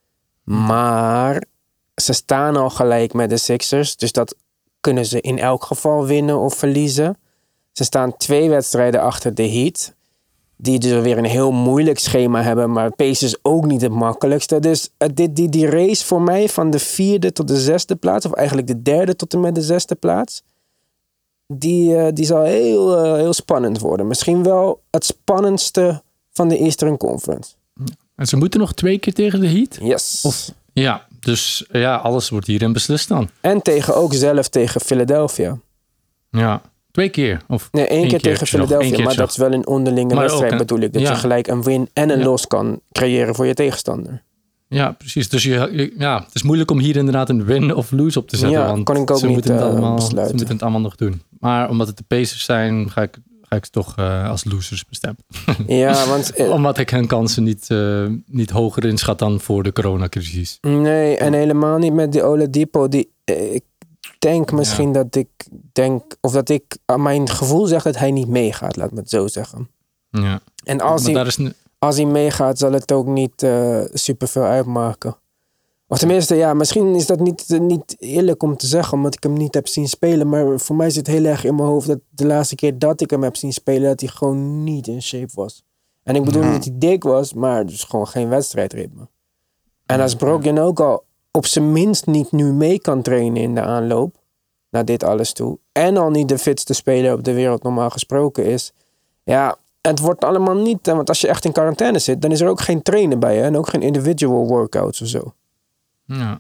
Speaker 1: Maar ze staan al gelijk met de Sixers. Dus dat kunnen ze in elk geval winnen of verliezen. Ze staan twee wedstrijden achter de Heat. Die dus weer een heel moeilijk schema hebben. Maar Pacers ook niet het makkelijkste. Dus uh, dit, die, die race voor mij van de vierde tot de zesde plaats. Of eigenlijk de derde tot en met de zesde plaats. Die, uh, die zal heel, uh, heel spannend worden. Misschien wel het spannendste van de Eastern Conference.
Speaker 3: En ze moeten nog twee keer tegen de Heat?
Speaker 1: Yes.
Speaker 3: Of, ja, dus ja, alles wordt hierin beslist dan.
Speaker 1: En tegen ook zelf tegen Philadelphia.
Speaker 3: Ja. Twee keer? Of
Speaker 1: nee, één keer, keer tegen Philadelphia. Keer maar dat is wel een onderlinge maar wedstrijd een, bedoel ik. Dat ja. je gelijk een win en een ja. loss kan creëren voor je tegenstander.
Speaker 3: Ja, precies. Dus je, ja, het is moeilijk om hier inderdaad een win of lose op te zetten.
Speaker 1: Ja,
Speaker 3: want
Speaker 1: kan ik ook
Speaker 3: ze
Speaker 1: niet
Speaker 3: moeten het
Speaker 1: uh,
Speaker 3: allemaal,
Speaker 1: besluiten.
Speaker 3: Ze moeten het allemaal nog doen. Maar omdat het de Pacers zijn, ga ik, ga ik ze toch uh, als losers bestemmen.
Speaker 1: Ja, want... Uh,
Speaker 3: omdat ik hun kansen niet, uh, niet hoger inschat dan voor de coronacrisis.
Speaker 1: Nee, en helemaal niet met die Oladipo. Die, uh, ik denk misschien ja. dat ik denk... Of dat ik... Uh, mijn gevoel zegt dat hij niet meegaat, laat me het zo zeggen.
Speaker 3: Ja.
Speaker 1: En als,
Speaker 3: maar
Speaker 1: hij,
Speaker 3: daar is n-
Speaker 1: als hij meegaat, zal het ook niet uh, super veel uitmaken. Of tenminste, ja, misschien is dat niet, uh, niet eerlijk om te zeggen, omdat ik hem niet heb zien spelen. Maar voor mij zit heel erg in mijn hoofd dat de laatste keer dat ik hem heb zien spelen, dat hij gewoon niet in shape was. En ik bedoel niet dat hij dik was, maar dus gewoon geen wedstrijdritme. En als Brogdon ook al op zijn minst niet nu mee kan trainen in de aanloop naar dit alles toe, en al niet de fitste speler op de wereld normaal gesproken is, ja, het wordt allemaal niet, want als je echt in quarantaine zit, dan is er ook geen trainen bij je en ook geen individual workouts of zo.
Speaker 3: Ja.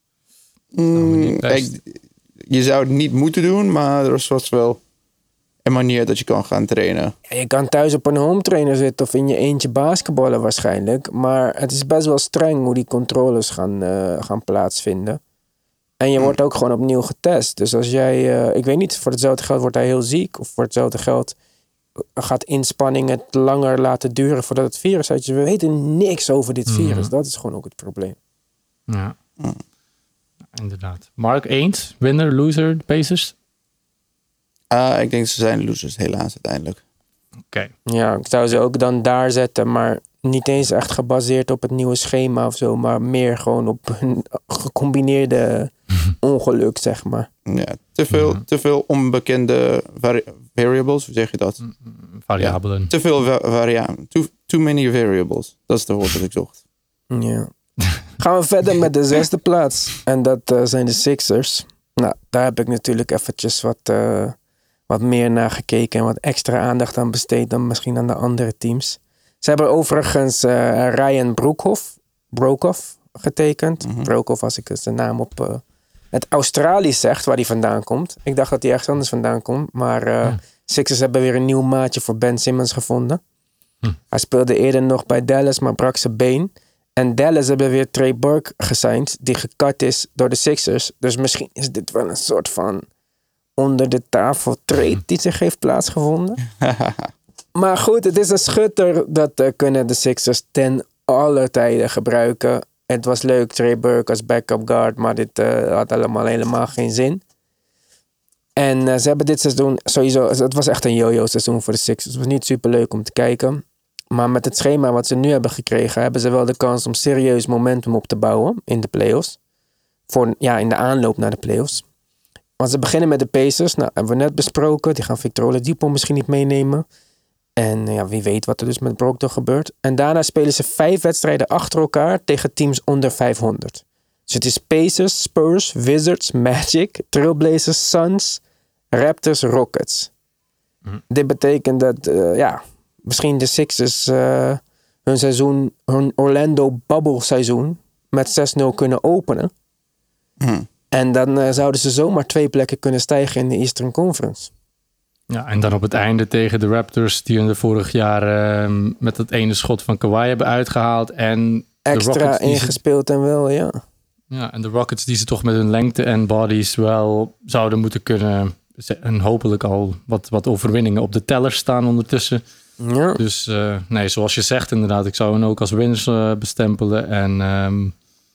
Speaker 2: Mm, ik, je zou het niet moeten doen, maar er is vast wel een manier dat je kan gaan trainen.
Speaker 1: Ja, je kan thuis op een home trainer zitten of in je eentje basketballen waarschijnlijk. Maar het is best wel streng hoe die controles gaan, uh, gaan plaatsvinden. En je mm. wordt ook gewoon opnieuw getest. Dus als jij, uh, ik weet niet, voor hetzelfde geld wordt hij heel ziek. Of voor hetzelfde geld gaat inspanning het langer laten duren voordat het virus uit je. We weten niks over dit virus. Mm. Dat is gewoon ook het probleem.
Speaker 3: Ja, mm. inderdaad. Mark, eens? Winner, loser, Pacers?
Speaker 2: Uh, ik denk ze zijn losers helaas uiteindelijk.
Speaker 3: Oké. Okay.
Speaker 1: Ja, ik zou ze ook dan daar zetten, maar niet eens echt gebaseerd op het nieuwe schema of zo, maar meer gewoon op een gecombineerde ongeluk, zeg maar.
Speaker 2: Ja, te veel, mm-hmm. te veel onbekende vari- variables, hoe zeg je dat?
Speaker 3: Variabelen.
Speaker 2: Ja, te veel va- variabelen. Too, too many variables. Dat is de woord dat ik zocht.
Speaker 1: Ja. Gaan we verder met de zesde plaats. En dat uh, zijn de Sixers. Nou, daar heb ik natuurlijk eventjes wat, uh, wat meer naar gekeken en wat extra aandacht aan besteed dan misschien aan de andere teams. Ze hebben overigens uh, Ryan Broekhoff, Broekhoff getekend. Mm-hmm. Broekhoff, als ik zijn naam op uh, het Australisch zegt, waar hij vandaan komt. Ik dacht dat hij ergens anders vandaan komt. Maar uh, mm. Sixers hebben weer een nieuw maatje voor Ben Simmons gevonden. Mm. Hij speelde eerder nog bij Dallas, maar brak zijn been. En Dallas hebben weer Trey Burke gesigned, die gecut is door de Sixers. Dus misschien is dit wel een soort van onder de tafel trade die zich heeft plaatsgevonden. Maar goed, het is een schutter, dat uh, kunnen de Sixers ten alle tijden gebruiken. Het was leuk, Trey Burke als backup guard, maar dit uh, had allemaal helemaal geen zin. En uh, ze hebben dit seizoen sowieso, het was echt een yo-yo seizoen voor de Sixers. Het was niet super leuk om te kijken. Maar met het schema wat ze nu hebben gekregen, hebben ze wel de kans om serieus momentum op te bouwen in de playoffs. Voor, ja, in de aanloop naar de playoffs. Want ze beginnen met de Pacers. Nou, hebben we net besproken. Die gaan Victor Oladipo misschien niet meenemen. En ja, wie weet wat er dus met Brogdon gebeurt. En daarna spelen ze vijf wedstrijden achter elkaar tegen teams onder vijfhonderd. Dus het is Pacers, Spurs, Wizards, Magic, Trailblazers, Suns, Raptors, Rockets. Mm. Dit betekent dat, uh, ja, misschien de Sixers uh, hun seizoen, hun Orlando bubble seizoen met zes nul kunnen openen. Mm. En dan uh, zouden ze zomaar twee plekken kunnen stijgen in de Eastern Conference.
Speaker 3: Ja, en dan op het einde tegen de Raptors, die in de vorig jaar uh, met dat ene schot van Kawhi hebben uitgehaald. En
Speaker 1: extra
Speaker 3: de Rockets
Speaker 1: ingespeeld ze, en wel, ja.
Speaker 3: Ja, en de Rockets die ze toch met hun lengte en bodies wel zouden moeten kunnen. En hopelijk al wat, wat overwinningen op de teller staan ondertussen. Ja. Dus uh, nee, zoals je zegt inderdaad, ik zou hen ook als winst uh, bestempelen. En um,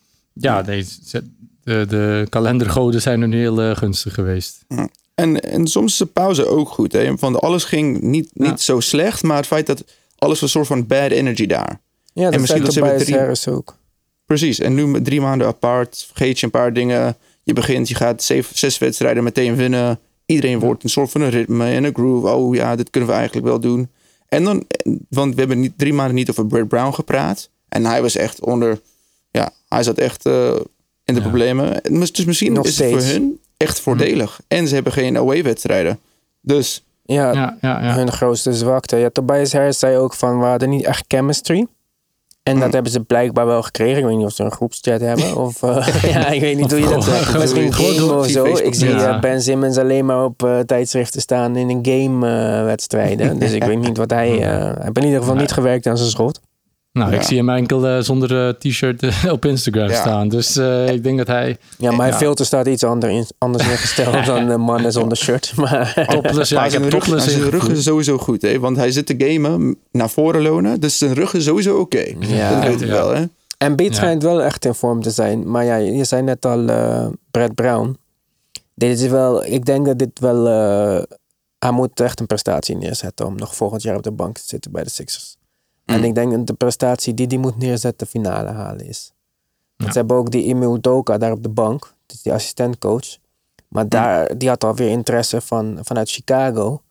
Speaker 3: ja, nee, de, de kalendergoden zijn hun heel uh, gunstig geweest.
Speaker 2: Ja. En, en soms is de pauze ook goed. Hè? Want alles ging niet, niet ja. zo slecht, maar het feit dat alles was een soort van bad energy daar.
Speaker 1: Ja, dat
Speaker 2: en
Speaker 1: misschien dat ze bij drie... Harris ook.
Speaker 2: Precies, en nu met drie maanden apart, vergeet je een paar dingen. Je begint, je gaat zeven, zes wedstrijden meteen winnen. Iedereen wordt een soort van een ritme en een groove. Oh ja, dit kunnen we eigenlijk wel doen. En dan, want we hebben niet, drie maanden niet over Brett Brown gepraat. En hij was echt onder, ja, hij zat echt uh, in de ja. problemen. Dus misschien Nog is steeds. het voor hun echt voordelig. Mm. En ze hebben geen away-wedstrijden. Dus...
Speaker 1: Ja, ja, ja, ja, hun grootste zwakte. Ja, Tobias Harris zei ook van, we hadden niet echt chemistry. En dat mm. hebben ze blijkbaar wel gekregen. Ik weet niet of ze een groepschat hebben. Of uh, ja, ik weet niet hoe je dat zegt. Misschien game of zo. Ik zie ja. Ben Simmons alleen maar op uh, tijdschriften staan in een game uh, wedstrijden. Dus ik weet niet wat hij... Uh, hij heeft in ieder geval niet gewerkt aan zijn schot.
Speaker 3: Nou,
Speaker 1: ja.
Speaker 3: ik zie hem enkel uh, zonder uh, t-shirt uh, op Instagram ja. staan. Dus uh, ik denk dat hij...
Speaker 1: Ja, maar ja. filter staat iets ander, anders ingesteld dan de mannen zonder shirt. Maar
Speaker 3: topless, ja, ik heb topless
Speaker 2: zijn rug is sowieso goed, hè? Want hij zit te gamen naar voren lonen. Dus zijn rug is sowieso oké. Okay. Ja. Dat weet je ja. wel, hè?
Speaker 1: En Beat ja. schijnt wel echt in vorm te zijn. Maar ja, je zei net al uh, Brett Brown. Dit is wel... Ik denk dat dit wel... Uh, hij moet echt een prestatie neerzetten om nog volgend jaar op de bank te zitten bij de Sixers. Mm. En ik denk dat de prestatie die die moet neerzetten de finale halen is. Ja. Ze hebben ook die Ime Udoka daar op de bank. Dus die assistentcoach. Maar daar, die had alweer interesse van, vanuit Chicago.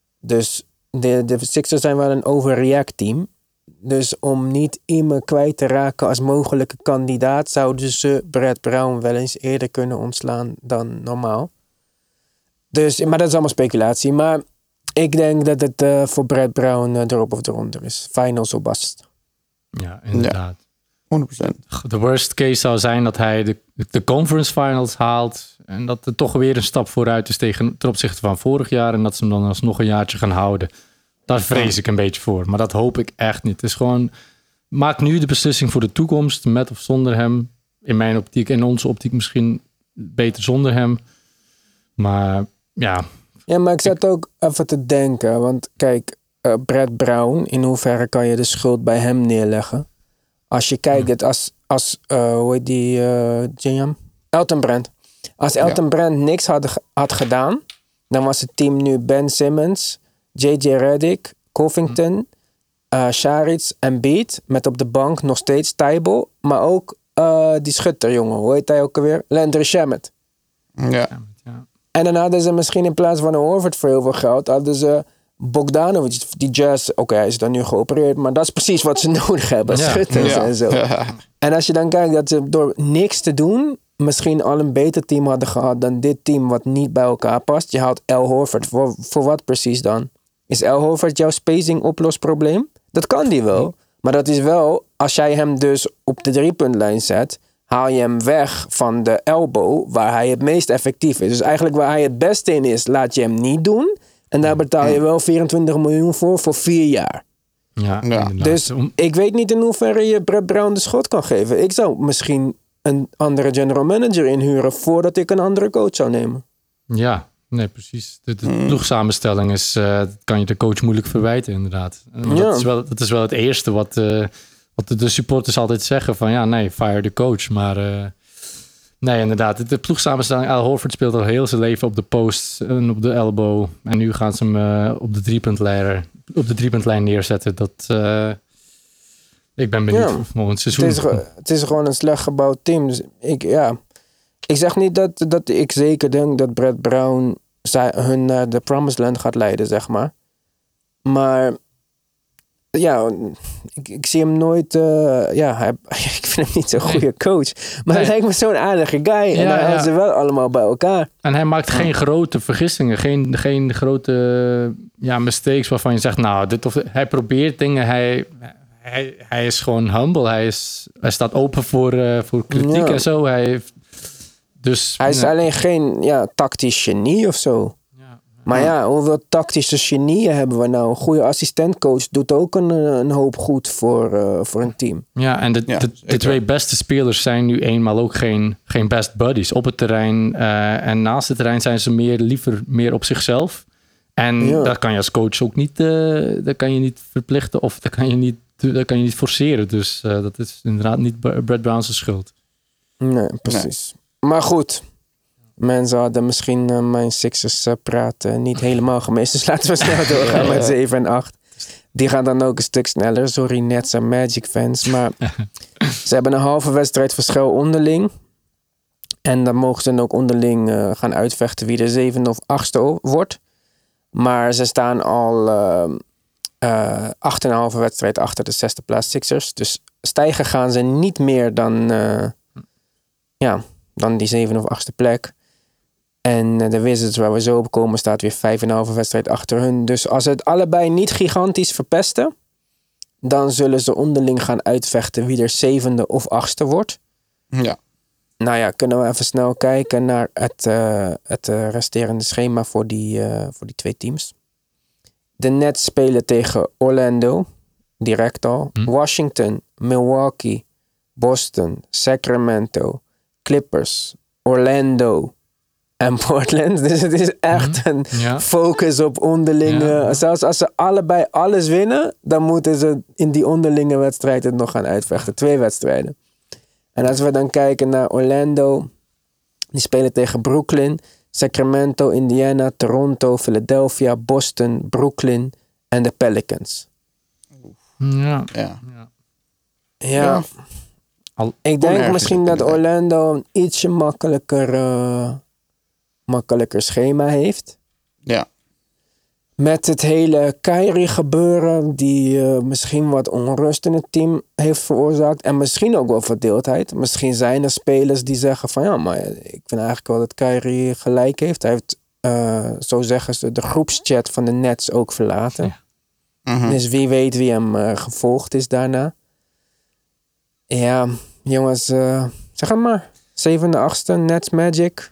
Speaker 1: Dus de, de Sixers zijn wel een overreact team. Dus om niet Ime kwijt te raken als mogelijke kandidaat... zouden ze Brett Brown wel eens eerder kunnen ontslaan dan normaal. Dus, maar dat is allemaal speculatie. Maar... Ik denk dat het uh, voor Brett Brown uh, erop of eronder is. Finals of bust.
Speaker 3: Ja, inderdaad.
Speaker 2: Ja, honderd procent.
Speaker 3: De worst case zou zijn dat hij de, de conference finals haalt. En dat er toch weer een stap vooruit is tegen, ten opzichte van vorig jaar. En dat ze hem dan alsnog een jaartje gaan houden. Daar vrees ik een beetje voor. Maar dat hoop ik echt niet. Het is gewoon... Maak nu de beslissing voor de toekomst. Met of zonder hem. In mijn optiek. In onze optiek misschien beter zonder hem. Maar ja...
Speaker 1: Ja, maar ik zat ook even te denken. Want kijk, uh, Brett Brown, in hoeverre kan je de schuld bij hem neerleggen? Als je kijkt, het als, als uh, hoe heet die, uh, Jam? Elton Brand. Als Elton ja. Brand niks had, had gedaan, dan was het team nu Ben Simmons, J J Redick, Covington, uh, Saric en Beat. Met op de bank nog steeds Thybulle, maar ook uh, die schutter, jongen. Hoe heet hij ook alweer? Landry Shamet.
Speaker 2: Ja.
Speaker 1: En dan hadden ze misschien in plaats van een Horford voor heel veel geld... hadden ze Bogdanovic, die Jazz... Oké, okay, hij is dan nu geopereerd... maar dat is precies wat ze nodig hebben. Ja. Schutters ja. en zo. Ja. En als je dan kijkt dat ze door niks te doen... misschien al een beter team hadden gehad... dan dit team wat niet bij elkaar past. Je haalt Al Horford. Voor, voor wat precies dan? Is Al Horford jouw spacing oplosprobleem? Dat kan die wel. Maar dat is wel... als jij hem dus op de driepuntlijn zet... haal je hem weg van de elbow waar hij het meest effectief is. Dus eigenlijk waar hij het beste in is, laat je hem niet doen. En daar betaal je wel vierentwintig miljoen voor, voor vier jaar.
Speaker 3: Ja, ja.
Speaker 1: Dus ik weet niet in hoeverre je Brett Brown de schot kan geven. Ik zou misschien een andere general manager inhuren voordat ik een andere coach zou nemen.
Speaker 3: Ja, nee, precies. De, de ploegsamenstelling is, uh, kan je de coach moeilijk verwijten, inderdaad. Maar ja. dat, is wel, dat is wel het eerste wat... Uh, Wat de, de supporters altijd zeggen van ja, nee, fire de coach. Maar uh, nee, inderdaad. De, de ploegsamenstelling, Al Horford speelt al heel zijn leven op de post en op de elbow. En nu gaan ze hem uh, op de driepuntlijn, op de driepuntlijn neerzetten. Dat, uh, ik ben benieuwd ja. volgend seizoen.
Speaker 1: Het is, het is gewoon een slecht gebouwd team. Dus ik, ja. ik zeg niet dat, dat ik zeker denk dat Brett Brown zij, hun naar de Promised Land gaat leiden, zeg maar. Maar... ja, ik, ik zie hem nooit... Uh, ja, hij, ik vind hem niet zo'n goede coach. Maar nee. Hij lijkt me zo'n aardige guy. En ja, dan hebben ja. ze wel allemaal bij elkaar.
Speaker 3: En hij maakt geen grote vergissingen. Geen, geen grote ja, mistakes waarvan je zegt... Nou, dit of hij probeert dingen. Hij, hij, hij is gewoon humble. Hij, is, hij staat open voor, uh, voor kritiek ja. en zo. Hij, heeft, dus,
Speaker 1: hij is ja. alleen geen ja, tactisch genie of zo. Maar ja, hoeveel tactische genieën hebben we nou? Een goede assistentcoach doet ook een, een hoop goed voor, uh, voor een team.
Speaker 3: Ja, en de, ja, de, de twee beste spelers zijn nu eenmaal ook geen, geen best buddies. Op het terrein uh, en naast het terrein zijn ze meer, liever meer op zichzelf. En ja. dat kan je als coach ook niet, uh, dat kan je niet verplichten of dat kan je niet, dat kan je niet forceren. Dus uh, dat is inderdaad niet Brett Brown's schuld.
Speaker 1: Nee, precies. Nee. Maar goed... Mensen hadden misschien uh, mijn Sixers uh, praten niet helemaal gemist. Dus laten we snel doorgaan ja, met zeven en acht. Die gaan dan ook een stuk sneller. Sorry, Nets en Magic fans. Maar ze hebben een halve wedstrijd verschil onderling. En dan mogen ze dan ook onderling uh, gaan uitvechten wie de zevende of achtste wordt. Maar ze staan al uh, uh, acht en een halve wedstrijd achter de zesde plaats Sixers. Dus stijgen gaan ze niet meer dan, uh, ja, dan die zevende of achtste plek. En de Wizards, waar we zo op komen, staat weer vijf en een halve wedstrijd achter hun. Dus als ze het allebei niet gigantisch verpesten, dan zullen ze onderling gaan uitvechten wie er zevende of achtste wordt.
Speaker 2: Ja.
Speaker 1: Nou ja, kunnen we even snel kijken naar het, uh, het uh, resterende schema voor die, uh, voor die twee teams. De Nets spelen tegen Orlando, direct al. Hm. Washington, Milwaukee, Boston, Sacramento, Clippers, Orlando en Portland. Dus het is echt een ja. focus op onderlinge. Ja. Zelfs als ze allebei alles winnen, dan moeten ze in die onderlinge wedstrijd het nog gaan uitvechten. Twee wedstrijden. En als we dan kijken naar Orlando, die spelen tegen Brooklyn, Sacramento, Indiana, Toronto, Philadelphia, Boston, Brooklyn en de Pelicans.
Speaker 3: Ja.
Speaker 2: Ja.
Speaker 1: Ja. ja.
Speaker 3: Al,
Speaker 1: ik denk misschien dat Orlando een ietsje makkelijker, uh, makkelijker schema heeft.
Speaker 2: Ja.
Speaker 1: Met het hele Kyrie gebeuren, die uh, misschien wat onrust in het team heeft veroorzaakt. En misschien ook wel verdeeldheid. Misschien zijn er spelers die zeggen van ja, maar ik vind eigenlijk wel dat Kyrie gelijk heeft. Hij heeft, uh, zo zeggen ze, de groepschat van de Nets ook verlaten. Ja. Mm-hmm. Dus wie weet wie hem uh, gevolgd is daarna. Ja, jongens, uh, zeg het maar. Zevende, achtste, Nets, Magic.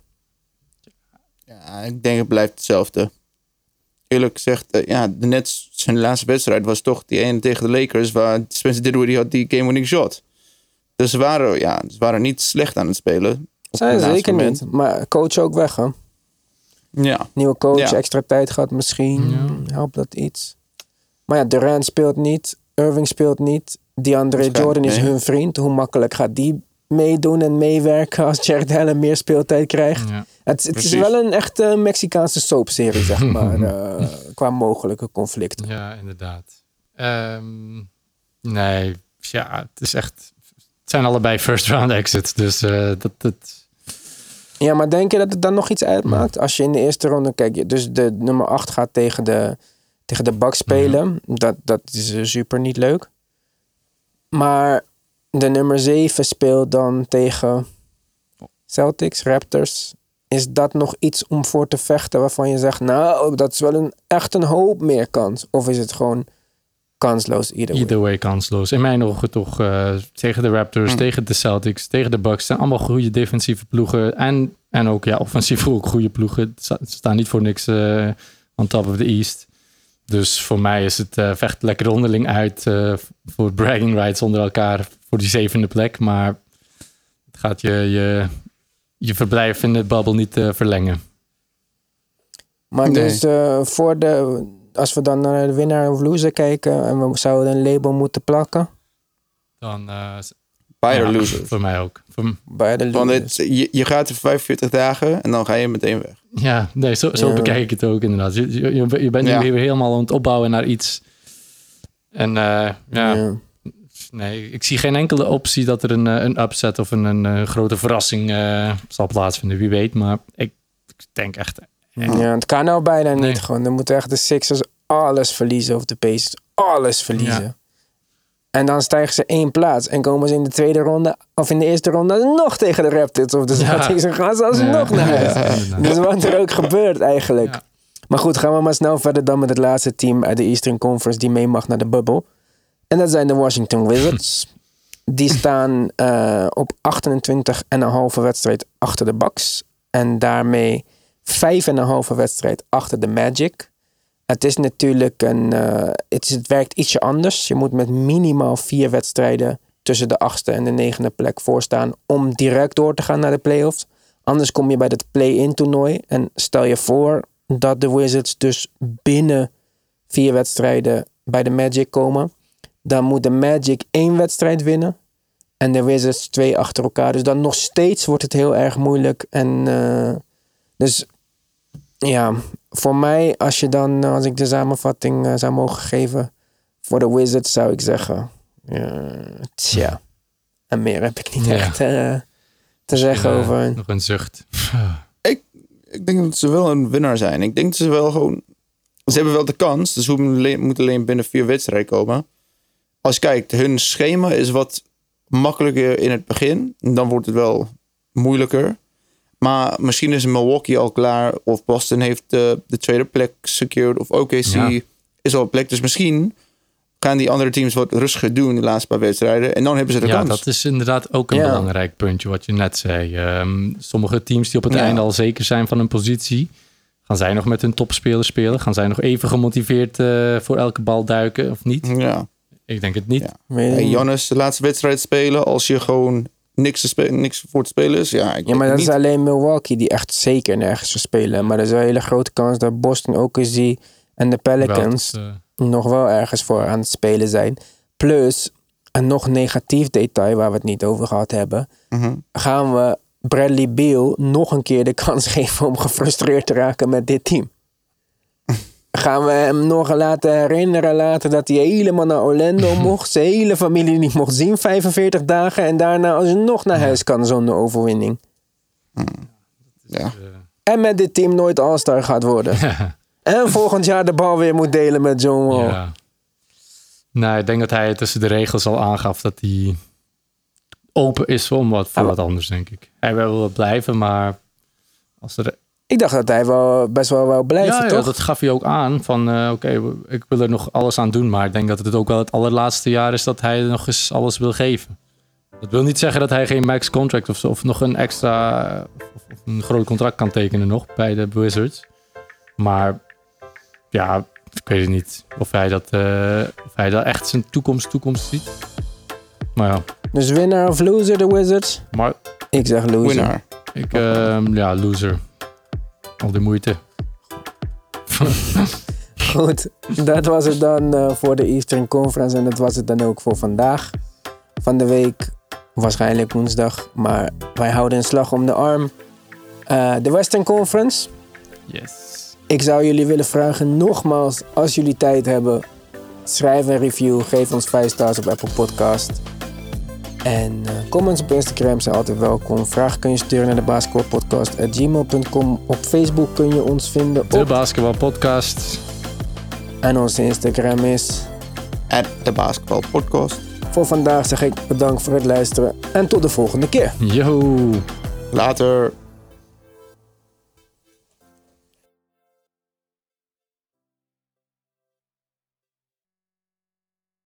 Speaker 2: Ja, ik denk het blijft hetzelfde. Eerlijk gezegd, uh, ja, de Nets, zijn laatste wedstrijd was toch die ene tegen de Lakers, waar Spencer Dinwiddie had die game-winning shot. Dus ze waren, ja, ze waren niet slecht aan het spelen.
Speaker 1: Zijn zeker moment. niet, maar coach ook weg, hè?
Speaker 2: Ja.
Speaker 1: Nieuwe coach,
Speaker 2: ja.
Speaker 1: extra tijd gehad misschien, ja. helpt dat iets. Maar ja, Durant speelt niet, Irving speelt niet, DeAndre Jordan is nee. hun vriend. Hoe makkelijk gaat die meedoen en meewerken als Jared Allen meer speeltijd krijgt? Ja. Het, het is wel een echte Mexicaanse soapserie, zeg maar, uh, qua mogelijke conflicten.
Speaker 3: Ja, inderdaad. Um, nee, ja, het is echt... Het zijn allebei first round exits, dus uh, dat... dat...
Speaker 1: Ja, maar denk je dat het dan nog iets uitmaakt? Ja. Als je in de eerste ronde... Kijk, dus de nummer acht gaat tegen de, tegen de Bucks spelen. Ja. Dat, dat is super niet leuk. Maar de nummer zeven speelt dan tegen Celtics, Raptors. Is dat nog iets om voor te vechten waarvan je zegt, nou, dat is wel een, echt een hoop meer kans? Of is het gewoon kansloos either way?
Speaker 3: Either way kansloos. In mijn ogen toch uh, tegen de Raptors, mm. tegen de Celtics, tegen de Bucks. zijn allemaal goede defensieve ploegen. En, en ook ja, offensief ook goede ploegen. Ze staan niet voor niks uh, on top of the East. Dus voor mij is het uh, vecht lekker onderling uit uh, voor bragging rights onder elkaar voor die zevende plek. Maar het gaat je, je, je verblijf in de bubble niet uh, verlengen.
Speaker 1: Maar nee. dus uh, voor de, als we dan naar de winnaar of loser kijken en we zouden een label moeten plakken?
Speaker 3: Dan uh,
Speaker 2: beide
Speaker 3: ja,
Speaker 2: losers.
Speaker 3: Voor mij ook. Voor
Speaker 1: beide losers.
Speaker 2: Want het, je, je gaat er vijfenveertig dagen en dan ga je meteen weg.
Speaker 3: Ja, nee, zo, zo ja. bekijk ik het ook inderdaad. Je, je, je bent nu ja. weer helemaal aan het opbouwen naar iets. En uh, ja, ja, nee, ik zie geen enkele optie dat er een, een upset of een, een grote verrassing uh, zal plaatsvinden. Wie weet, maar ik, ik denk echt...
Speaker 1: Ja, het kan nou bijna nee. niet gewoon. Dan moeten echt de Sixers alles verliezen of de Pacers alles verliezen. Ja. En dan stijgen ze één plaats. En komen ze in de tweede ronde, of in de eerste ronde, nog tegen de Raptors of de Celtics. En gaan ze alsnog ja. naar huis. Ja. Dus wat er ook gebeurt eigenlijk. Ja. Maar goed, gaan we maar snel verder dan met het laatste team uit de Eastern Conference die mee mag naar de bubble. En dat zijn de Washington Wizards. Die staan uh, op achtentwintig komma vijf wedstrijd achter de Bucks. En daarmee vijf komma vijf wedstrijd achter de Magic. Het is natuurlijk een... Uh, het, is, het werkt ietsje anders. Je moet met minimaal vier wedstrijden tussen de achtste en de negende plek voorstaan om direct door te gaan naar de playoffs. Anders kom je bij het play-in toernooi. En stel je voor dat de Wizards dus binnen vier wedstrijden bij de Magic komen. Dan moet de Magic één wedstrijd winnen. En de Wizards twee achter elkaar. Dus dan nog steeds wordt het heel erg moeilijk. En uh, dus ja, voor mij, als je dan, als ik de samenvatting uh, zou mogen geven voor de Wizards, zou ik zeggen, uh, tja, en meer heb ik niet ja. echt uh, te zeggen uh, over.
Speaker 3: Nog een zucht.
Speaker 2: ik, ik denk dat ze wel een winnaar zijn. Ik denk dat ze wel gewoon, ze hebben wel de kans, dus ze moeten alleen binnen vier wedstrijden komen. Als je kijkt, hun schema is wat makkelijker in het begin. En dan wordt het wel moeilijker. Maar misschien is Milwaukee al klaar. Of Boston heeft de, de tweede plek secured. Of O K C ja. is al op plek. Dus misschien gaan die andere teams wat rustiger doen de laatste paar wedstrijden. En dan hebben ze de
Speaker 3: ja,
Speaker 2: kans.
Speaker 3: Ja, dat is inderdaad ook een ja. belangrijk puntje wat je net zei. Um, sommige teams die op het ja. einde al zeker zijn van hun positie. Gaan zij nog met hun topspelers spelen? Gaan zij nog even gemotiveerd uh, voor elke bal duiken of niet?
Speaker 2: Ja.
Speaker 3: Ik denk het niet.
Speaker 2: Ja. Hey, Giannis, de laatste wedstrijd spelen. Als je gewoon niks, te spe- niks voor te spelen is. Ja, ik
Speaker 1: ja maar dat
Speaker 2: niet.
Speaker 1: is alleen Milwaukee die echt zeker nergens voor spelen. Maar er is een hele grote kans dat Boston, O K C en de Pelicans wel, uh... nog wel ergens voor aan het spelen zijn. Plus, een nog negatief detail waar we het niet over gehad hebben.
Speaker 2: Mm-hmm.
Speaker 1: Gaan we Bradley Beal nog een keer de kans geven om gefrustreerd te raken met dit team? Gaan we hem nog laten herinneren later dat hij helemaal naar Orlando mocht. Zijn hele familie niet mocht zien, vijfenveertig dagen. En daarna alsnog naar huis kan zonder overwinning.
Speaker 2: Ja.
Speaker 1: En met dit team nooit All-Star gaat worden. Ja. En volgend jaar de bal weer moet delen met John Wall. Ja.
Speaker 3: Nou, ik denk dat hij tussen de regels al aangaf dat hij open is om wat, voor ah, wat anders, denk ik. Hij wil wel blijven, maar als er...
Speaker 1: Ik dacht dat hij wel best wel wou blijven,
Speaker 3: ja,
Speaker 1: toch?
Speaker 3: Ja, dat gaf hij ook aan. Van, uh, oké, okay, ik wil er nog alles aan doen. Maar ik denk dat het ook wel het allerlaatste jaar is dat hij nog eens alles wil geven. Dat wil niet zeggen dat hij geen max contract of, zo, of nog een extra... Of, of een groot contract kan tekenen nog bij de Wizards. Maar ja, ik weet niet of hij dat, uh, of hij dat echt zijn toekomst, toekomst ziet. Maar ja.
Speaker 1: Dus winnaar of loser, de Wizards?
Speaker 3: Maar,
Speaker 1: ik zeg loser.
Speaker 2: Winnaar.
Speaker 3: Ik, uh, ja, loser. Al die moeite.
Speaker 1: Goed, dat was het dan uh, voor de Eastern Conference. En dat was het dan ook voor vandaag. Van de week, waarschijnlijk woensdag. Maar wij houden een slag om de arm. Uh, de Western Conference.
Speaker 3: Yes.
Speaker 1: Ik zou jullie willen vragen, nogmaals, als jullie tijd hebben, schrijf een review. Geef ons vijf stars op Apple Podcast. En uh, comments op Instagram zijn altijd welkom. Vragen kun je sturen naar de basketbalpodcast at gmail dot com. Op Facebook kun je ons vinden
Speaker 3: De
Speaker 1: op...
Speaker 3: Basketbalpodcast.
Speaker 1: En onze Instagram is...
Speaker 2: At de Basketbalpodcast.
Speaker 1: Voor vandaag zeg ik bedankt voor het luisteren. En tot de volgende keer.
Speaker 3: Yo.
Speaker 2: Later.